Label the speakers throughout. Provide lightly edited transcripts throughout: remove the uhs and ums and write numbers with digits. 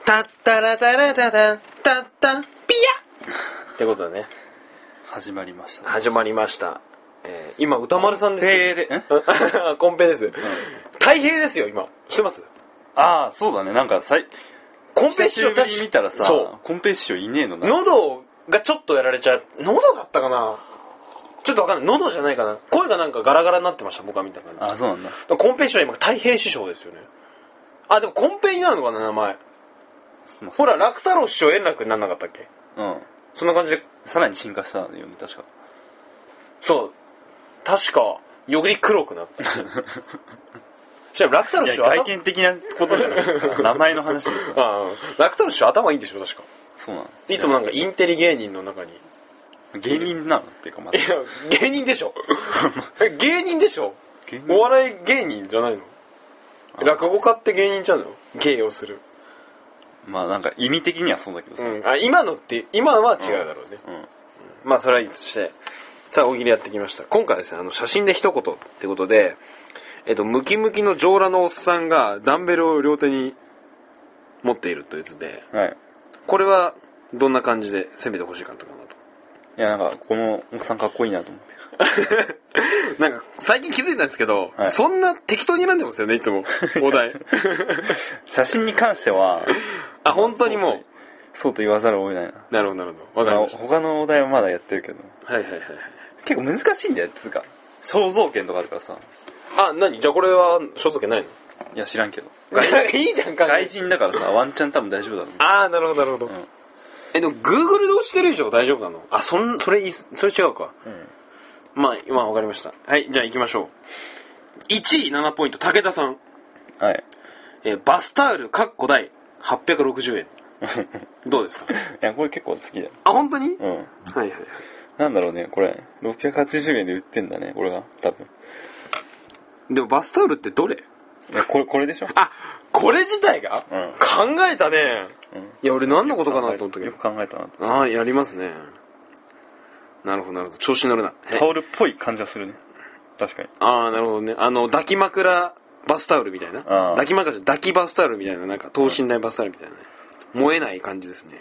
Speaker 1: タッタラタラタタタッタピヤってことだね。
Speaker 2: 始まりました。
Speaker 1: 始まりました。今歌丸さんですよ。コンペです。太平ですよ今。知ってます？
Speaker 2: ああ、そうだね。なんか
Speaker 1: コンペ師匠
Speaker 2: 久しぶりに見たらさ、コンペ師匠いねえのな。
Speaker 1: 喉がちょっとやられちゃう。喉だったかな、ちょっとわかんない。喉じゃないかな。声がなんかガラガラになってました、僕は見た感じ。
Speaker 2: あ、そうなんだ。
Speaker 1: コンペ師匠は今太平師匠ですよね。あ、でもコンペになるのかな、名前。ほら、楽太郎師匠円楽になんなかったっけ？
Speaker 2: うん。
Speaker 1: そんな感じで。
Speaker 2: さらに進化したよね、確か。
Speaker 1: そう。確か、より黒くなった。じゃあ、楽太郎師匠
Speaker 2: 外見的なことじゃなくて、名前の話ですか。
Speaker 1: ああ、楽太郎師匠頭いいんでしょ、確か。
Speaker 2: そうなの。
Speaker 1: いつもなんかインテリ芸人の中に。
Speaker 2: 芸人なのっていうか、まだ。
Speaker 1: いや、芸人でしょ。芸人でしょ。お笑い芸人じゃないの？落語家って芸人ちゃうの？芸をする。
Speaker 2: まあなんか意味的にはそうだけどさ。
Speaker 1: うん。あ、今は違うだろうね。うん。まあそれはいいとして。さあ、大喜利やってきました。今回はですね、写真で一言ってことで、ムキムキの上裸のおっさんがダンベルを両手に持っているというやつで、
Speaker 2: はい。
Speaker 1: これはどんな感じで攻めてほしいかったかなと。
Speaker 2: いや、なんかこのおっさんかっこいいなと思って。
Speaker 1: なんか最近気づいたんですけど、
Speaker 2: はい、
Speaker 1: そんな適当に選んでますよね、いつも。お題。
Speaker 2: 写真に関しては、
Speaker 1: あ、本当にもう。
Speaker 2: そうと言わざるを得ないな。
Speaker 1: なるほど、なるほど。わかりました。
Speaker 2: 他のお題はまだやってるけど。
Speaker 1: はいはいはい。
Speaker 2: 結構難しいんだよ、つうか。肖像権とかあるからさ。
Speaker 1: あ、何？じゃあこれは肖像権ないの？
Speaker 2: いや、知らんけど。
Speaker 1: いいじゃんか。
Speaker 2: 外人だからさ、ワンチャン多分大丈夫だろう。
Speaker 1: ああ、なるほど、なるほど。でも、Google で押してる以上大丈夫なの？あ、それ違うか。まあ、今わかりました。はい、じゃあ行きましょう。1位7ポイント、武田さん。
Speaker 2: はい。
Speaker 1: バスタオル、大、860円。どうですか？
Speaker 2: いや、これ結構好きだよ。
Speaker 1: あ、本当に？
Speaker 2: うん。
Speaker 1: はいはいはい。
Speaker 2: なんだろうね、これ。680円で売ってんだね、これが。多分。
Speaker 1: でもバスタオルってどれ？
Speaker 2: いや、これでしょ？
Speaker 1: あ、これ自体が？
Speaker 2: うん。
Speaker 1: 考えたね。いや、俺何のことかなと思ったけど。
Speaker 2: よく考えたなと。
Speaker 1: ああ、やりますね。なるほど、なるほど。調子乗るな。
Speaker 2: タオルっぽい感じはするね。確かに。
Speaker 1: ああ、なるほどね。抱き枕バスタオルみたいな。抱きバスタオルみたいな、なんか等身大バスタオルみたいなね。燃えない感じですね。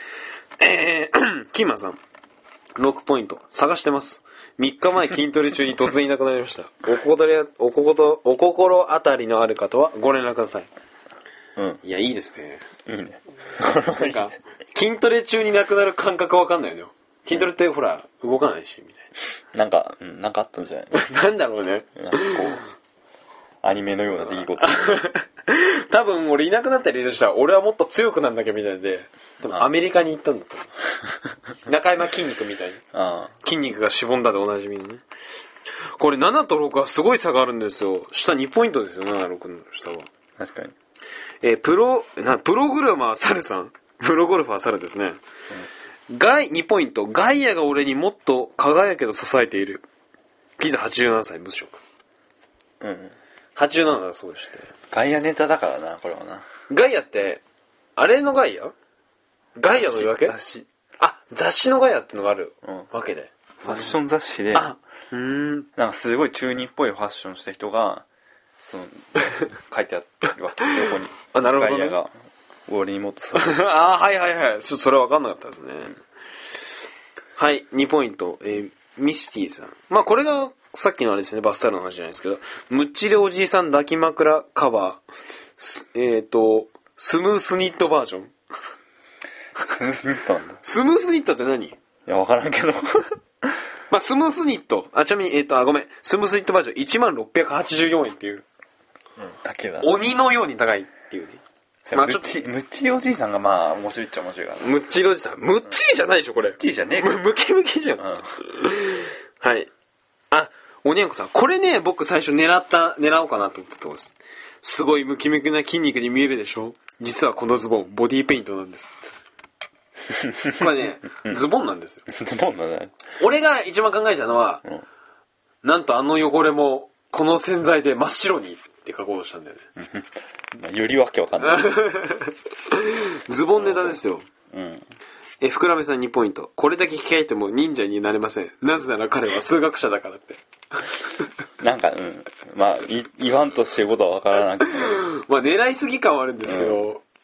Speaker 1: キーマンさん。6ポイント。探してます。3日前筋トレ中に突然いなくなりました。お心当たりのある方はご連絡ください。
Speaker 2: うん。
Speaker 1: いや、いいですね。
Speaker 2: いいね。
Speaker 1: なんか、筋トレ中になくなる感覚わかんないのよ。筋トレってほら、動かないし、みたい
Speaker 2: な。なんかあったんじゃない
Speaker 1: なんだろうね。
Speaker 2: なんかこう、アニメのような出来事。
Speaker 1: 多分俺いなくなった理由としては、俺はもっと強くなんなきゃみたいで、多分アメリカに行ったんだと思う。中山筋肉みたいに。筋肉がしぼんだでおなじみのね。これ7と6はすごい差があるんですよ。下2ポイントですよ、7、6の下は。
Speaker 2: 確かに。
Speaker 1: プログラマーサルさん。プロゴルファーサルですね。2ポイント。ガイアが俺にもっと輝けと支えている。ピザ87歳無職。
Speaker 2: うん。
Speaker 1: 87だそうでして。
Speaker 2: ガイアネタだからな、これはな。
Speaker 1: ガイアって、あれのガイア？ガイアの言い訳？
Speaker 2: 雑誌。
Speaker 1: あ、雑誌のガイアってのがあるわけで。
Speaker 2: ファッション雑誌で、なんかすごい中二っぽいファッションした人が、書いてあるわけ、横に。
Speaker 1: あ、なるほど、ね。
Speaker 2: ガイアが、俺にもっとさ。
Speaker 1: あ、はいはいはい。それ分かんなかったですね。はい、2ポイント。ミスティさん。まあこれが、さっきのあれですね、バスタオルの話じゃないですけど、むっちりおじいさん抱き枕カバー、スムースニットバージョン。
Speaker 2: スムースニットなんだ。
Speaker 1: スムースニットって何？
Speaker 2: いや、わからんけど。
Speaker 1: まあ、スムースニット。ちなみに、ごめん。スムースニットバージョン1684円っていう。
Speaker 2: だけだ。
Speaker 1: 鬼のように高いっていうね。
Speaker 2: まあちょっと。むっちりおじいさんがまあ、面白いっちゃ面白いから。
Speaker 1: むっちりおじさん。むっちりじゃないでしょ、これ。
Speaker 2: むっちりじゃねえか。
Speaker 1: ムキムキじゃん。はい。あ、おにゃんこさん。これね、僕最初狙おうかなと思ったところです。すごいムキムキな筋肉に見えるでしょ？実はこのズボン、ボディーペイントなんです。これね、ズボンなんですよ。
Speaker 2: ズボンだね。
Speaker 1: 俺が一番考えたのは、なんとあの汚れも、この洗剤で真っ白にって書こうとしたんだよね。
Speaker 2: よりわけわかんない。
Speaker 1: ズボンネタですよ。
Speaker 2: うん。
Speaker 1: ふくらめさん2ポイント。これだけ聞かれても忍者になれません。なぜなら彼は数学者だからって。
Speaker 2: なんか、まあ、言わんとしてることはわからなくて。
Speaker 1: まあ狙いすぎ感はあるんですけど、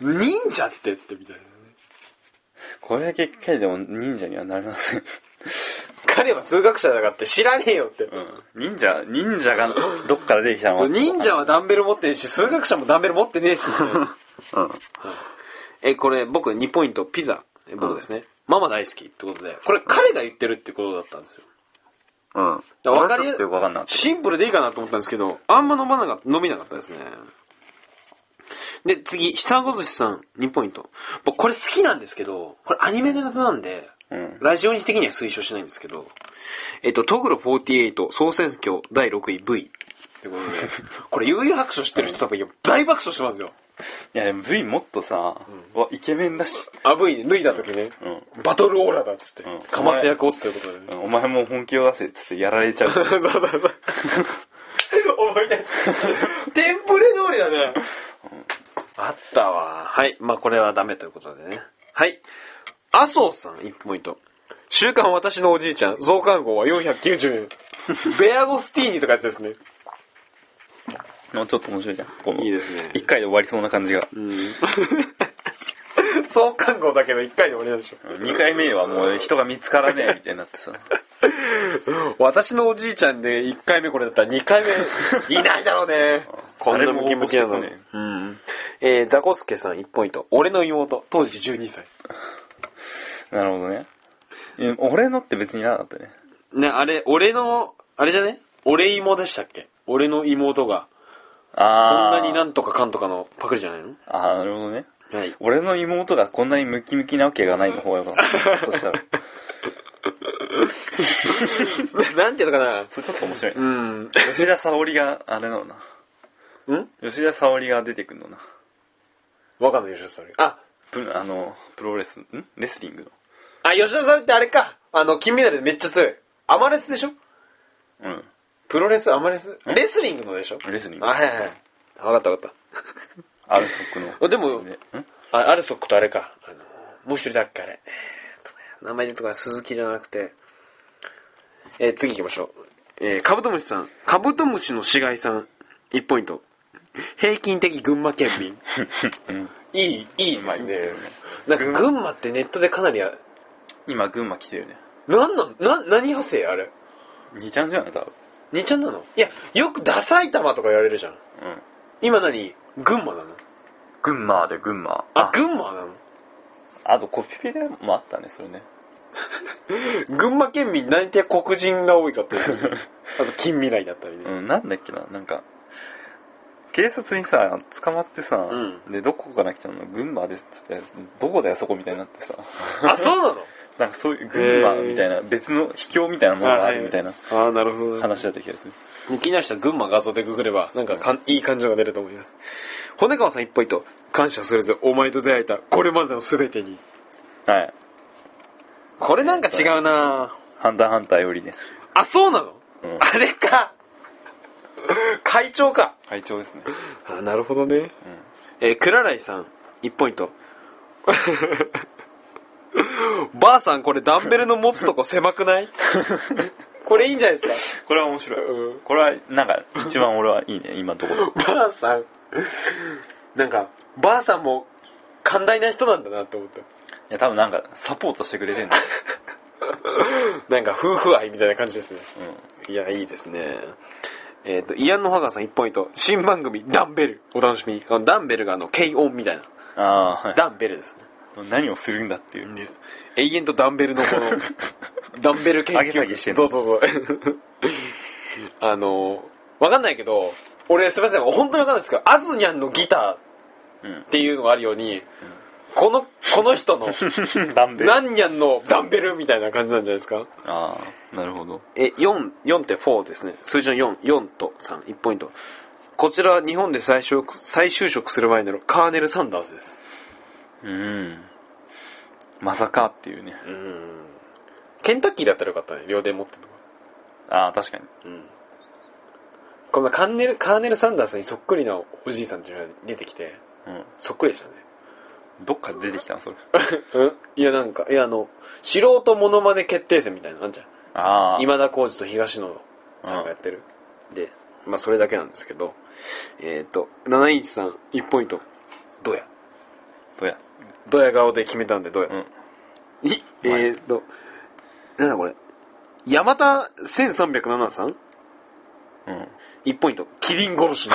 Speaker 1: 忍者ってみたいなね。
Speaker 2: これだけ聞いても忍者にはなりません。
Speaker 1: 彼は数学者だからって知らねえよって。
Speaker 2: 忍者がどっから出てきたのか。
Speaker 1: 忍者はダンベル持ってねえし、数学者もダンベル持ってねえし。これ僕2ポイント、ピザ。僕ですね。ママ大好きってことで、これ彼が言ってるってことだったんですよ。わかりやすい。シンプルでいいかなと思ったんですけど、あんま飲みなかったですね。で、次、久子寿司さん、2ポイント。僕、これ好きなんですけど、これアニメのネタなんで、ラジオ的には推奨しないんですけど、トグロ48総選挙第6位 V ってことで、これ、悠々白書知ってる人多分大爆笑してますよ。
Speaker 2: いやでも V もっとさ、イケメンだし。
Speaker 1: V 脱いだ時ね、バトルオーラだっつって、かます役をっていうことでね。
Speaker 2: お前も本気を出せっつってやられちゃう。そう。思い
Speaker 1: 出した。テンプレ通りだね。あったわ。はい。まあ、これはダメということでね。はい。麻生さん、1ポイント。週刊私のおじいちゃん、増刊号は490円。ベアゴスティーニとかやつですね。
Speaker 2: ちょっと面白いじゃん。
Speaker 1: いいですね。
Speaker 2: 1回で終わりそうな感じが。
Speaker 1: 増刊号だけど1回で終わりなんでしょ。
Speaker 2: 2回目はもう人が見つからねえみたいになってさ。
Speaker 1: 私のおじいちゃんで1回目これだったら2回目いないだろうね。こんなムキムキなのね。ザコスケさん1ポイント。俺の妹、当時12歳。
Speaker 2: なるほどね。俺のって別になかったね。
Speaker 1: ね、あれじゃね？俺妹でしたっけ？俺の妹が。こんなになんとかかんとかのパクリじゃないの？
Speaker 2: なるほどね。
Speaker 1: はい。
Speaker 2: 俺の妹がこんなにムキムキなわけがないの方がよかった。そしたら。
Speaker 1: なんていうのかな。
Speaker 2: それちょっと面白いね。吉田沙保里が、あれなのな。吉田沙保里が出てくるのな。
Speaker 1: わかんない、吉田沙保里。
Speaker 2: プロレス、レスリングの。
Speaker 1: 吉田沙保里ってあれか。金メダルでめっちゃ強い。アマレスでしょ？プロレス、アマレス？レスリングのでしょ？
Speaker 2: レスリング。
Speaker 1: はい。わかった。
Speaker 2: アルソックの。
Speaker 1: でも、アルソックとあれか。もう一人だっけあれ。名前でとか鈴木じゃなくて。次行きましょう。カブトムシさん。カブトムシの死骸さん。1ポイント。平均的群馬県民。いいですね。なんか群馬ってネットでかなり
Speaker 2: 今群馬来てるね。
Speaker 1: 何派生あれ？
Speaker 2: 2ちゃんじゃない多分。
Speaker 1: 2ちゃんなの？いや、よくダサい玉とか言われるじゃん。今群馬なの？
Speaker 2: 群馬で群馬。
Speaker 1: 群馬なの？
Speaker 2: あとコピペでもあったね、それね。
Speaker 1: 群馬県民大体黒人が多いかったりする。あと近未来だったりね。
Speaker 2: なんだっけな、なんか、警察にさ、捕まってさ、で、どこから来たの？群馬ですっつって、どこだよそこみたいになってさ。
Speaker 1: そうなの？
Speaker 2: なんかそういう群馬みたいな、別の秘境みたいなものがあるみたいな
Speaker 1: なるほど
Speaker 2: 話だった気がする。
Speaker 1: 気になる人は群馬画像でググれば、なんかいい感情が出ると思います。骨川さん1ポイント。感謝するぜ、お前と出会えた、これまでの全てに。
Speaker 2: はい。
Speaker 1: これなんか違うな
Speaker 2: ハンターハンターよりね。
Speaker 1: そうなの？あれか。会長か。
Speaker 2: 会長ですね。
Speaker 1: なるほどね。クラライさん、1ポイント。ばあさん、これダンベルの持つとこ狭くない？これいいんじゃないですか？
Speaker 2: これは面白い。これは、なんか、一番俺はいいね、今のところ。
Speaker 1: ばあさん。なんか、ばあさんも、寛大な人なんだなって思った。
Speaker 2: いや、多分なんか、サポートしてくれてんだ。
Speaker 1: なんか、夫婦愛みたいな感じですね。いや、いいですね。イアンのハガーさん1ポイント。新番組、ダンベル。お楽しみに。ダンベルが軽音みたいな。
Speaker 2: はい。
Speaker 1: ダンベルですね。
Speaker 2: 何をするんだっていう。
Speaker 1: 永遠とダンベルのダンベル研究。
Speaker 2: 上げ下げしてんの。
Speaker 1: そう。わかんないけど、俺すいません、本当にわかんないですけど、アズニャンのギターっていうのがあるように、この人の
Speaker 2: ダンベル。
Speaker 1: ナンニャンのダンベルみたいな感じなんじゃないですか？
Speaker 2: なるほど。
Speaker 1: 4って4ですね。数字の4と3、1ポイント。こちらは日本で再就職する前のカーネル・サンダースです。
Speaker 2: まさかっていうね。
Speaker 1: ケンタッキーだったらよかったね、両手持ってる
Speaker 2: のが。確かに。
Speaker 1: このカーネル・サンダースにそっくりなおじいさんっていうのが出てきて、そっくりでしたね。
Speaker 2: どっから出てきたのそれ？
Speaker 1: いやなんか、素人モノマネ決定戦みたいなのあんじゃん。今田耕司と東野さんがやってる。で、まあそれだけなんですけど、7インチさん1ポイント。どうや？ ドヤ顔で決めたんで、ドヤ。なんだこれ。山田1307さん1ポイント。キリン殺しの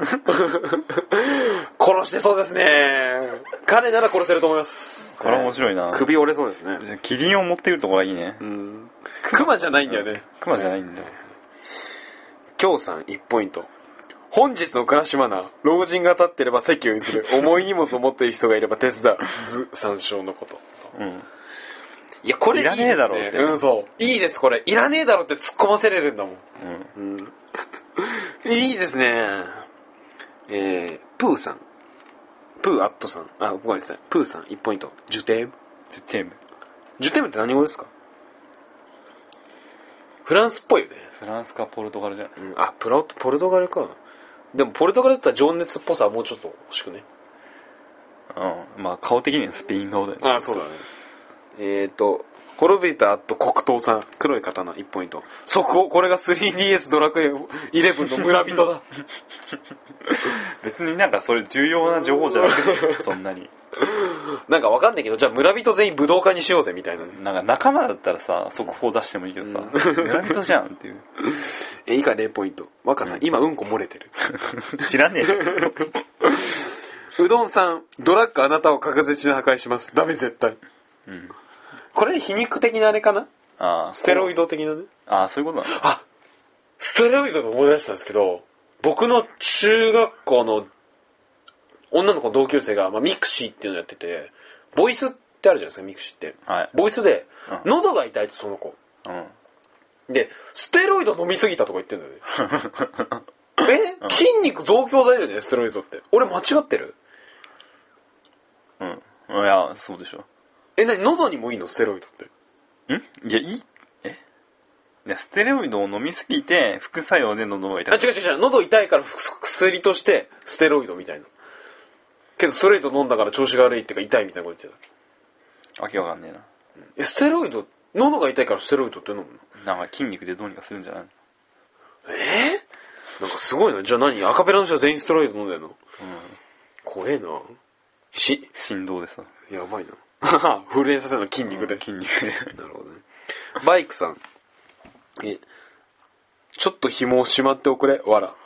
Speaker 1: 殺してそうですね。彼なら殺せると思います。
Speaker 2: これ面白いな。
Speaker 1: 首折れそうですね。
Speaker 2: キリンを持ってくるところがいいね。
Speaker 1: クマじゃないんだよね。
Speaker 2: クマじゃないんだよ。
Speaker 1: 京さん1ポイント。本日の暮らしマナー。老人が立っていれば席を譲る。重い荷物を持っている人がいれば手伝う。図参照のこと。いや、これいいですね。いらねえだろって。そう。いいです、これ。いらねえだろって突っ込ませれるんだもん。いいですね。プーさん。プーアットさん。ごめんなさい。プーさん1ポイント。ジュテーム。
Speaker 2: ジュテーム
Speaker 1: って何語ですか？フランスっぽいよね。
Speaker 2: フランスかポルトガルじゃない。
Speaker 1: ポルトガルか。でもポルトガルだったら情熱っぽさはもうちょっと欲しくね。
Speaker 2: まあ顔的にはスペイン顔だよね。
Speaker 1: そうだね。コロビータ黒刀さん、黒い刀1ポイント。速報、これが 3DS ドラクエ11の村人だ。
Speaker 2: 別になんかそれ重要な情報じゃなくて、そんなに。
Speaker 1: なんかわかんないけど、じゃあ村人全員武道家にしようぜみたいな。
Speaker 2: なんか仲間だったらさ、速報出してもいいけどさ、村人じゃんっていう。
Speaker 1: 以下0ポイント。若さん、今うんこ漏れてる。
Speaker 2: 知らねえよ。
Speaker 1: うどんさん、ドラッグあなたを確実に破壊します。ダメ絶対。これ皮肉的なあれかな？ステロイド的なね。
Speaker 2: そういうことなの？
Speaker 1: ステロイドで思い出したんですけど、僕の中学校の女の子の同級生が、ミクシーっていうのやってて、ボイスってあるじゃないですか、ミクシーって。ボイスで、喉が痛いってその子。で、ステロイド飲みすぎたとか言ってんだよね。筋肉増強剤だよね、ステロイドって。俺間違ってる？
Speaker 2: いや、そうでしょ。
Speaker 1: 喉にもいいのステロイドって。
Speaker 2: いや、いいステロイドを飲みすぎて、副作用で喉が痛い。
Speaker 1: 違う。喉痛いから薬として、ステロイドみたいな。けど、ステロイド飲んだから調子が悪いってか痛いみたいなこと言って
Speaker 2: た。わけわかんねえな。
Speaker 1: ステロイド、喉が痛いからステロイドって飲むの？
Speaker 2: なんか筋肉でどうにかするんじゃないの？
Speaker 1: なんかすごいな。じゃあ何？アカペラの人は全員ステロイド飲んでんの？怖えな。
Speaker 2: 振動でさ。
Speaker 1: やばいな。震えさせるの筋肉で。
Speaker 2: 筋肉で。
Speaker 1: なるほどね。バイクさん。ちょっと紐をしまっておくれ、わら。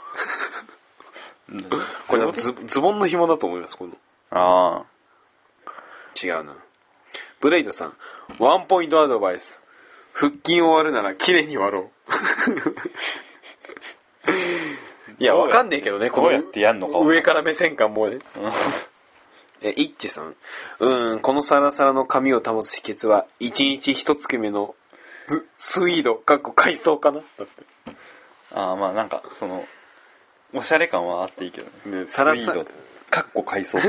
Speaker 1: これズボンの紐だと思います、この。違うな。ブレイドさん。ワンポイントアドバイス。腹筋を割るなら綺麗に割ろう。いや、わかんねえけどね、
Speaker 2: この
Speaker 1: 上から目線感もね。イッチさん。このサラサラの髪を保つ秘訣は、1日1月目のスイード、海藻かな？だって。
Speaker 2: なんか、おしゃれ感はあっていいけどね。スイード、海藻。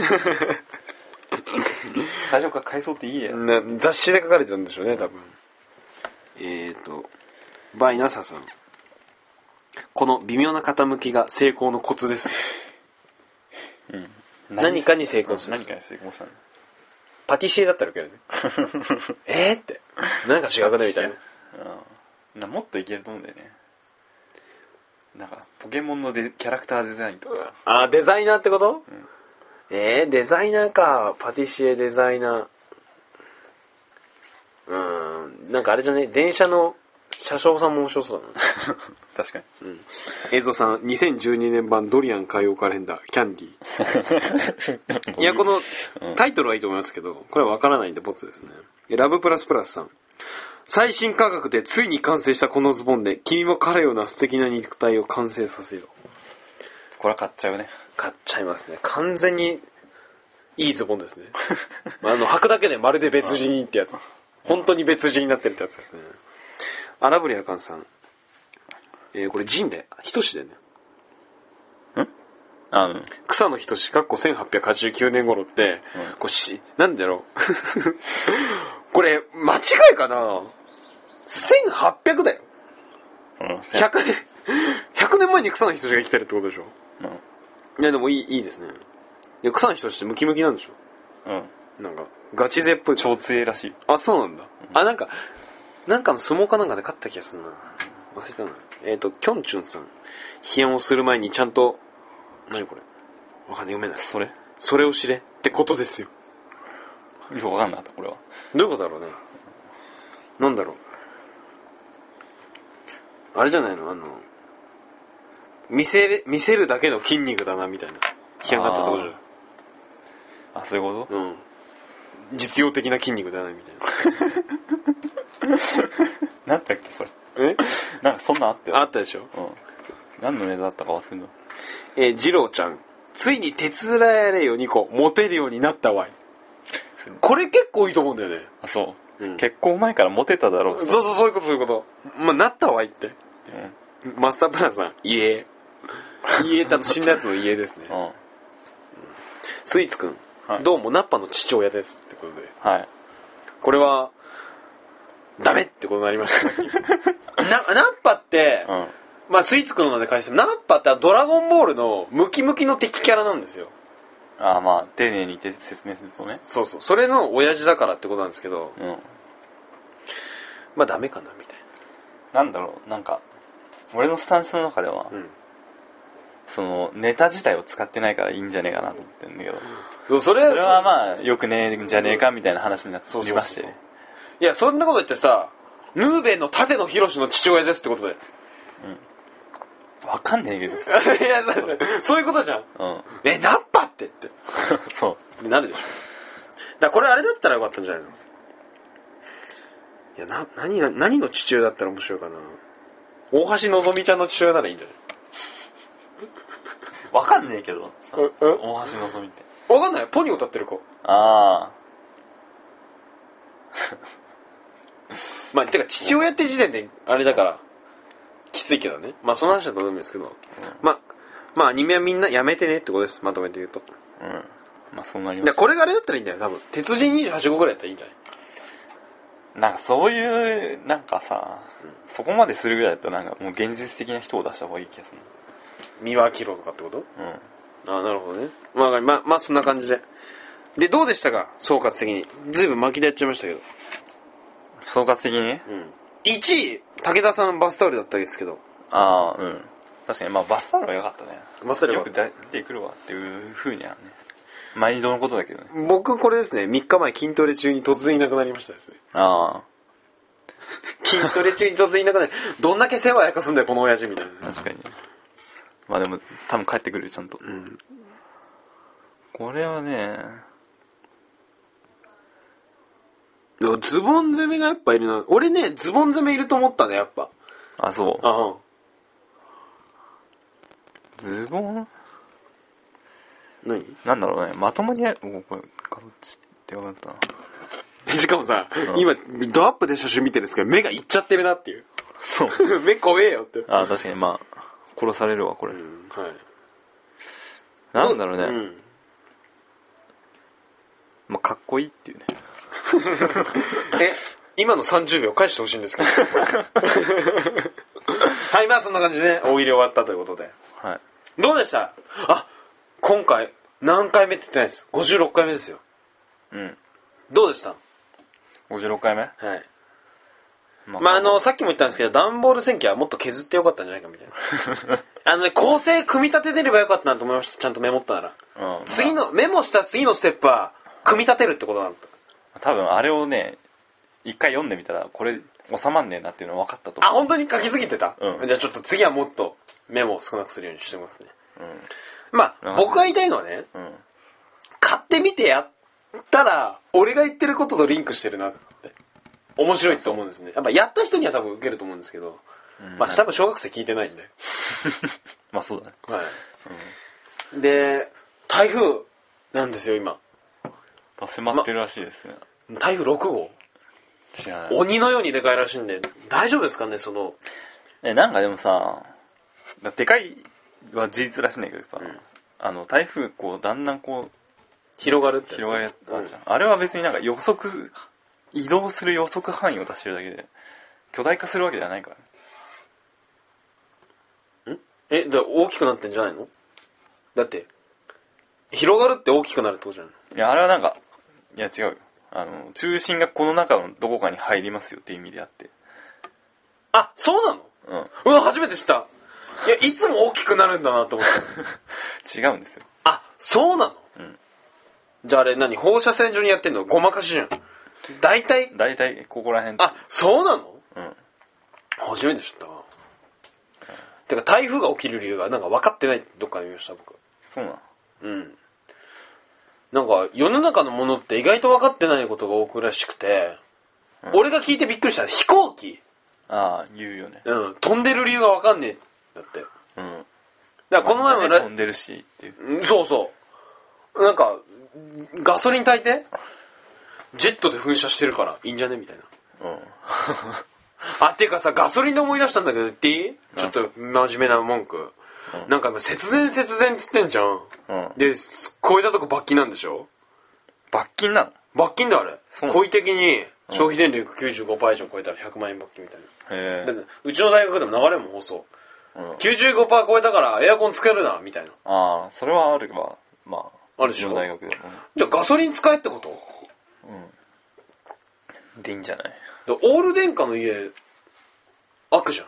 Speaker 2: 最初から海藻っていいや。
Speaker 1: 雑誌で書かれてたんでしょうね、多分。バイナサさん。この微妙な傾きが成功のコツです。何かに成功する。
Speaker 2: 何かに成功したの？
Speaker 1: パティシエだったら受けるね。って。なんか違くねみたいな。
Speaker 2: もっといけると思うんだよね。なんか、ポケモンのキャラクターデザインとか
Speaker 1: さ。デザイナーってこと？デザイナーか。パティシエデザイナー。なんかあれじゃね、電車の車掌さんも面白そうだな。
Speaker 2: 確かに。
Speaker 1: 映像さん、2012年版ドリアン海洋カレンダー、キャンディー。いや、このタイトルはいいと思いますけど、これはわからないんでボツですね。ラブプラスプラスさん。最新価格でついに完成したこのズボンで、君も彼ような素敵な肉体を完成させよう。
Speaker 2: これは買っちゃうね。
Speaker 1: 買っちゃいますね。完全にいいズボンですね。履くだけでまるで別人ってやつ。本当に別人になってるってやつですね。アラブリアカンさん。これジンで、ひとしでね。草野仁1889年頃って、これなんだろう。これ、間違いかな？ 1800 だよ。100年前に草野仁が生きてるってことでしょ。いや、でもいいですね。いや、草野仁ってムキムキなんでしょ。なんか、ガチ勢っぽい。
Speaker 2: 超強いらしい。
Speaker 1: そうなんだ。なんかの相撲かなんかで勝った気がするな。忘れたな。キョンチュンさん。批判をする前にちゃんと、何これ。わかんない、読めない。それを知れってことですよ。
Speaker 2: よくわかんなかったこれは。
Speaker 1: どういうことだろうね。なんだろう。あれじゃないの、見せるだけの筋肉だなみたいな批判があったところじゃない。
Speaker 2: あ、そういうこと？
Speaker 1: うん。実用的な筋肉だなみたいな。
Speaker 2: なんだっけそれ。なんかそんなんあったよ。
Speaker 1: あったでしょ。
Speaker 2: うん。何のネタだったか忘れるの。
Speaker 1: 二郎ちゃん、ついに手伝えれよ2個、モテるようになったわい。これ結構いいと思うんだよね。
Speaker 2: あ、そう。結構前からモテただろう。
Speaker 1: そういうこと。まあ、なったわいって。マスタープランさん、家だと死んだやつの家ですね。スイーツくん、はい、どうもナッパの父親ですってことで。はい。これは、ダメってことになりました。ナッパって、まあスイーツくんの名で返しても、ナッパってドラゴンボールのムキムキの敵キャラなんですよ。
Speaker 2: ああ、まあ丁寧に説明するとね。
Speaker 1: そう。それの親父だからってことなんですけど、まあダメかなみたい
Speaker 2: な。なんだろう、なんか、俺のスタンスの中では、そのネタ自体を使ってないからいいんじゃねえかなと思ってるんだけど、それはまあよくねえんじゃねえかみたいな話になっておりまして。
Speaker 1: いや、そんなこと言ってさ、ヌーベの舘野宏の父親ですってことで。
Speaker 2: わかんねえけど。い
Speaker 1: や、そういうことじゃん。ナッパってって。
Speaker 2: そう。
Speaker 1: なるでしょ。だからこれあれだったらよかったんじゃないの？いや、何の父親だったら面白いかな。大橋のぞみちゃんの父親ならいいんじゃない？
Speaker 2: わかんねえけど。大橋のぞみって。
Speaker 1: わかんない？ポニーを歌ってる子。
Speaker 2: ああ。
Speaker 1: まあ、てか父親って時点であれだからきついけどね。まあその話はどうでもいいですけど、まあアニメはみんなやめてねってことです。まとめて言うと。
Speaker 2: まあそうなります。
Speaker 1: これがあれだったらいいんだよ多分。鉄人28号ぐらいだったらいいんじゃない？
Speaker 2: なんかそういうなんかさ、そこまでするぐらいだったらなんかもう現実的な人を出した方がいい気がする。
Speaker 1: 三輪明宏とかってこと？ああ、なるほどね。まあそんな感じで。でどうでしたか総括的に。ずいぶん巻きでやっちゃいましたけど。
Speaker 2: 総括的にね。
Speaker 1: 1位武田さんバスタオルだったんですけど。
Speaker 2: ああ、確かにまあバスタオルは良かったね。
Speaker 1: バスタオル
Speaker 2: よく出てくるわっていう風にはね。毎度のことだけどね。
Speaker 1: 僕これですね、3日前筋トレ中に突然いなくなりましたですね。
Speaker 2: ああ。
Speaker 1: 筋トレ中に突然いなくなり、どんだけ世話焼かすんだよこの親父みたいな。
Speaker 2: 確かに。まあでも多分帰ってくるよちゃんと。これはね、
Speaker 1: ズボン攻めがやっぱいるな。俺ね、ズボン攻めいると思ったね、やっぱ。
Speaker 2: あ、そう。ズボン
Speaker 1: 何
Speaker 2: なんだろうね、まともにやる。これ、ガソチって分かったな。
Speaker 1: しかもさ、今、ドアップで写真見てるんですけど、目がいっちゃってるなっていう。
Speaker 2: そう。
Speaker 1: 目怖えよって。
Speaker 2: あ、確かにまあ、殺されるわ、これ。はい。なんだろうね。まあ、かっこいいっていうね。
Speaker 1: 今の30秒返してほしいんですけど。はい、まあそんな感じでね、大喜利終わったということで。
Speaker 2: はい。
Speaker 1: どうでした？今回、何回目って言ってないです。56回目ですよ。どうでした？
Speaker 2: 56 回目？
Speaker 1: はい。まあさっきも言ったんですけど、段ボール戦記はもっと削ってよかったんじゃないかみたいな。構成組み立ててればよかったなと思いました。ちゃんとメモったなら。メモした次のステップは、組み立てるってことなんだ。
Speaker 2: 多分あれをね、一回読んでみたら、これ収まんねえなっていうの分かったと思う。
Speaker 1: 本当に書きすぎてた？じゃあちょっと次はもっとメモを少なくするようにしてますね。まあ、僕が言いたいのはね、買ってみてやったら、俺が言ってることとリンクしてるなって。面白いって思うんですね。やっぱやった人には多分受けると思うんですけど、まあ多分小学生聞いてないんで。
Speaker 2: まあそうだね。
Speaker 1: はい。で、台風なんですよ、今。
Speaker 2: 迫ってるらしいですね。
Speaker 1: 台風6号？
Speaker 2: 知らない。
Speaker 1: 鬼のようにでかいらしいんで、大丈夫ですかね、
Speaker 2: なんかでもさ、でかいは事実らしいんだけどさ、台風だんだん
Speaker 1: 広がるって
Speaker 2: 広がるやつじゃん。あれは別になんか移動する予測範囲を出してるだけで、巨大化するわけじゃないからね。
Speaker 1: 大きくなってんじゃないの？だって、広がるって大きくなるってことじゃないの？
Speaker 2: いや、あれはなんか、いや違うよ。中心がこの中のどこかに入りますよっていう意味であって。
Speaker 1: そうなの？うわ、初めて知った。いや、いつも大きくなるんだなと思って。
Speaker 2: 違うんですよ。
Speaker 1: そうなの？ じゃああれ何放射線状にやってんの？ごまかしじゃん。大体
Speaker 2: ここら辺。
Speaker 1: あ、そうなの？
Speaker 2: うん。
Speaker 1: 初めて知ったわ。てか台風が起きる理由がなんか分かってないってどっかで見ました僕。
Speaker 2: そうなの？
Speaker 1: うん。なんか世の中のものって意外と分かってないことが多くらしくて、俺が聞いてびっくりした飛行機。
Speaker 2: ああ、言うよね。
Speaker 1: うん。飛んでる理由が分かんねえ。だって。
Speaker 2: うん。
Speaker 1: だからこの前も
Speaker 2: 飛んでるしっていう。
Speaker 1: そうそう。なんか、ガソリン炊いて、ジェットで噴射してるからいいんじゃねみたいな。うん。あ、てかさ、ガソリンで思い出したんだけど言っていい？ちょっと真面目な文句。うん、なんか今節電っつってんじゃん。うん。で、超えたとこ罰金なんでしょ？
Speaker 2: 罰金なの？
Speaker 1: 罰金だあれ。故意的に消費電力 95% 以上超えたら100万円罰金みたいな。へぇ。うちの大学でも流れも放送。うん、95% 超えたからエアコンつけるな、みたいな。
Speaker 2: ああ、それはあるわ。まあ、
Speaker 1: あるでしょ。
Speaker 2: うちの大学でも。
Speaker 1: じゃあガソリン使えってこと？
Speaker 2: うん。でいいんじゃない？
Speaker 1: オール電化の家、悪じゃん。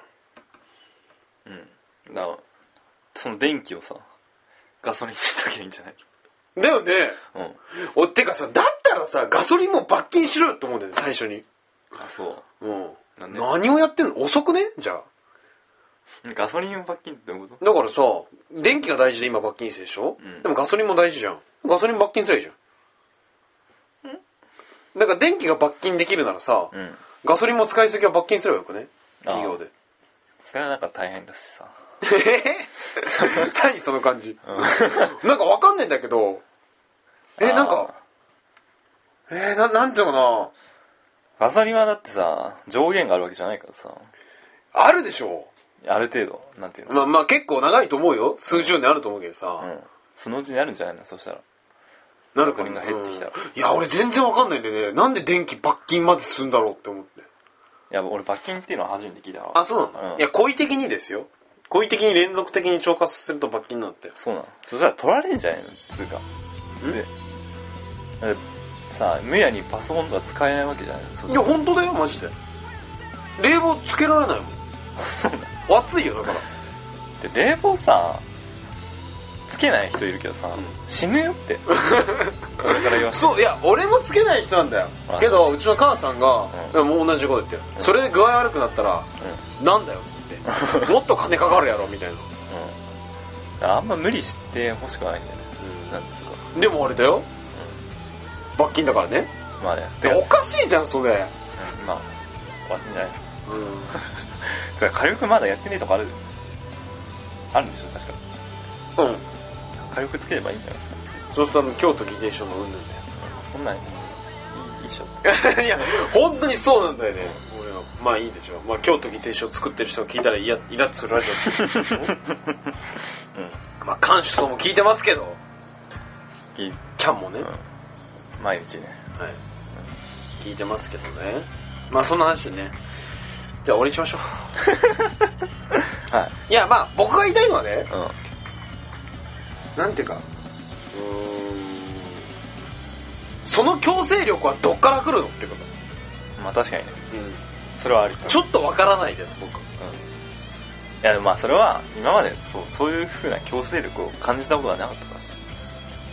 Speaker 2: うん。だから、その電気をさ、ガソリンにしときゃいいんじゃない？
Speaker 1: だよね。
Speaker 2: うん。
Speaker 1: てかさ、だったらさ、ガソリンも罰金しろよって思うんだよね、最初に。
Speaker 2: あ、そう。
Speaker 1: うん。何をやってんの？遅くね？じゃあ。
Speaker 2: ガソリンを罰金ってどういうこ
Speaker 1: と？だからさ、電気が大事で今罰金してるでしょ？うん。でもガソリンも大事じゃん。ガソリン罰金すればいいじゃん。だから電気が罰金できるならさ、うん、ガソリンも使いすぎは罰金すればよくね？企業で。
Speaker 2: それはなんか大変だしさ。
Speaker 1: 何その感じ。なんかわかんないんだけど、なんか、なんていうのかな。
Speaker 2: ガソリンはだってさ、上限があるわけじゃないからさ。
Speaker 1: あるでしょ。
Speaker 2: ある程度、なんていうの。
Speaker 1: まあ結構長いと思うよ。数十年あると思うけどさ。
Speaker 2: うん。そのうちになるんじゃないの？そしたら。
Speaker 1: なるかも。ガソリンが減ってきたら。いや、俺全然わかんないんでね。なんで電気罰金までするんだろうって思って。
Speaker 2: いや、俺罰金っていうのは初めて聞いたわ。
Speaker 1: あ、そうなんだ。いや、故意的にですよ。故意的に連続的に超過すると罰金なんて。
Speaker 2: そうなの。そしたら取られんじゃないの？つうか。で、さあ、むやにパソコンとか使えないわけじゃないの？
Speaker 1: いや、本当だよ、マジで。冷房つけられないもん。
Speaker 2: そうな
Speaker 1: の。暑いよ、だから。
Speaker 2: で、冷房さ、つけない人いるけどさ、死ぬよって。俺から言わせて。
Speaker 1: そう、いや、俺もつけない人なんだよ。けど、うちの母さんが、もう同じこと言ってる。それで具合悪くなったら、なんだよって。もっと金かかるやろ、みたい
Speaker 2: な。あんま無理して欲しくないんだよね。なん
Speaker 1: ですか。でもあれだよ。罰金だからね。
Speaker 2: まあね。
Speaker 1: おかしいじゃん、それ。
Speaker 2: まあ、おかしいんじゃないですか。それ火力まだやってねえとこあるんでしょ、確か。うん。火力つければいいんじゃないですか。
Speaker 1: そうすると京都議定書のうんぬんだよ。
Speaker 2: そんなんいいっし
Speaker 1: ょ。いや、本当にそうなんだよね。俺は。まあいいでしょ。まあ京都議定書作ってる人が聞いたらイラッとするラジオ。まあ監視層も聞いてますけど。キャンもね。
Speaker 2: 毎日ね。
Speaker 1: はい。聞いてますけどね。まあそんな話でね。じゃあ終わりにしましょう。はい。いやまあ僕が言いたいのはね。なんていうか。その強制力はどっから来るのってこと。
Speaker 2: まあ確かにね。それはあり。
Speaker 1: ちょっとわからないです、僕。
Speaker 2: いやまあそれは今までそういう風な強制力を感じたことがなかったから。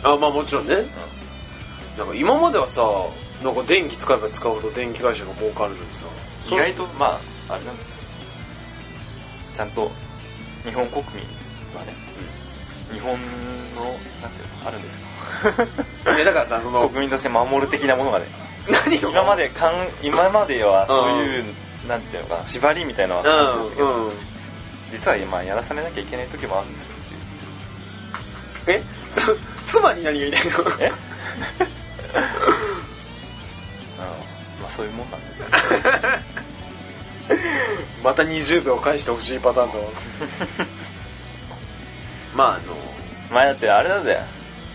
Speaker 1: あ、まあもちろんね。なんか今まではさ、なんか電気使えば使うほど電気会社が儲かるのにさ。
Speaker 2: 意外とまああれなんですよ。ちゃんと日本国民はね、日本のなんていうのあるんですよ。
Speaker 1: だからさ、その
Speaker 2: 国民として守る的なものがね。
Speaker 1: 何を？
Speaker 2: 今まではそういう、なんていうのかな、縛りみたいなのはあったんですけど、実は今やらされなきゃいけない時もあるんですよっていう。
Speaker 1: つまり何が言いたいの？
Speaker 2: まあそういうもんなんだよ。
Speaker 1: また20秒返してほしいパターンだわ。まあ
Speaker 2: 前だってあれだぜ、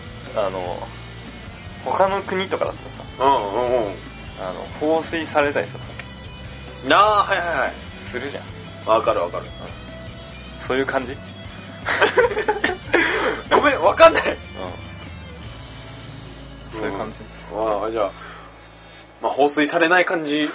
Speaker 2: 他の国とかだったらさ、放水されたりさ、
Speaker 1: はいはいはい
Speaker 2: するじゃん。
Speaker 1: わかるわかる、
Speaker 2: そういう感じ。
Speaker 1: ごめんわかんない。
Speaker 2: そういう感じです。
Speaker 1: じゃあまあ放水されない感じ。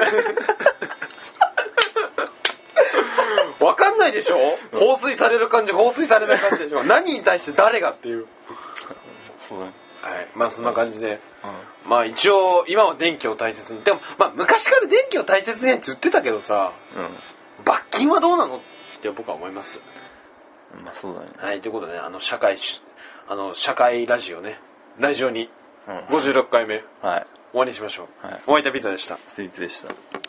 Speaker 1: わかんないでしょ？放水される感じ、放水されない感じでしょ？何に対して誰がっていう。
Speaker 2: そうだね。
Speaker 1: はい。まあそんな感じで。まあ一応、今は電気を大切に。でも、まあ昔から電気を大切にって言ってたけどさ、罰金はどうなのって僕は思います。
Speaker 2: まあそうだね。
Speaker 1: はい、ということでね、社会ラジオね。ラジオに、56回目。はい。終わりにしましょう。はい。お相手はピザでした。
Speaker 2: スイーツでした。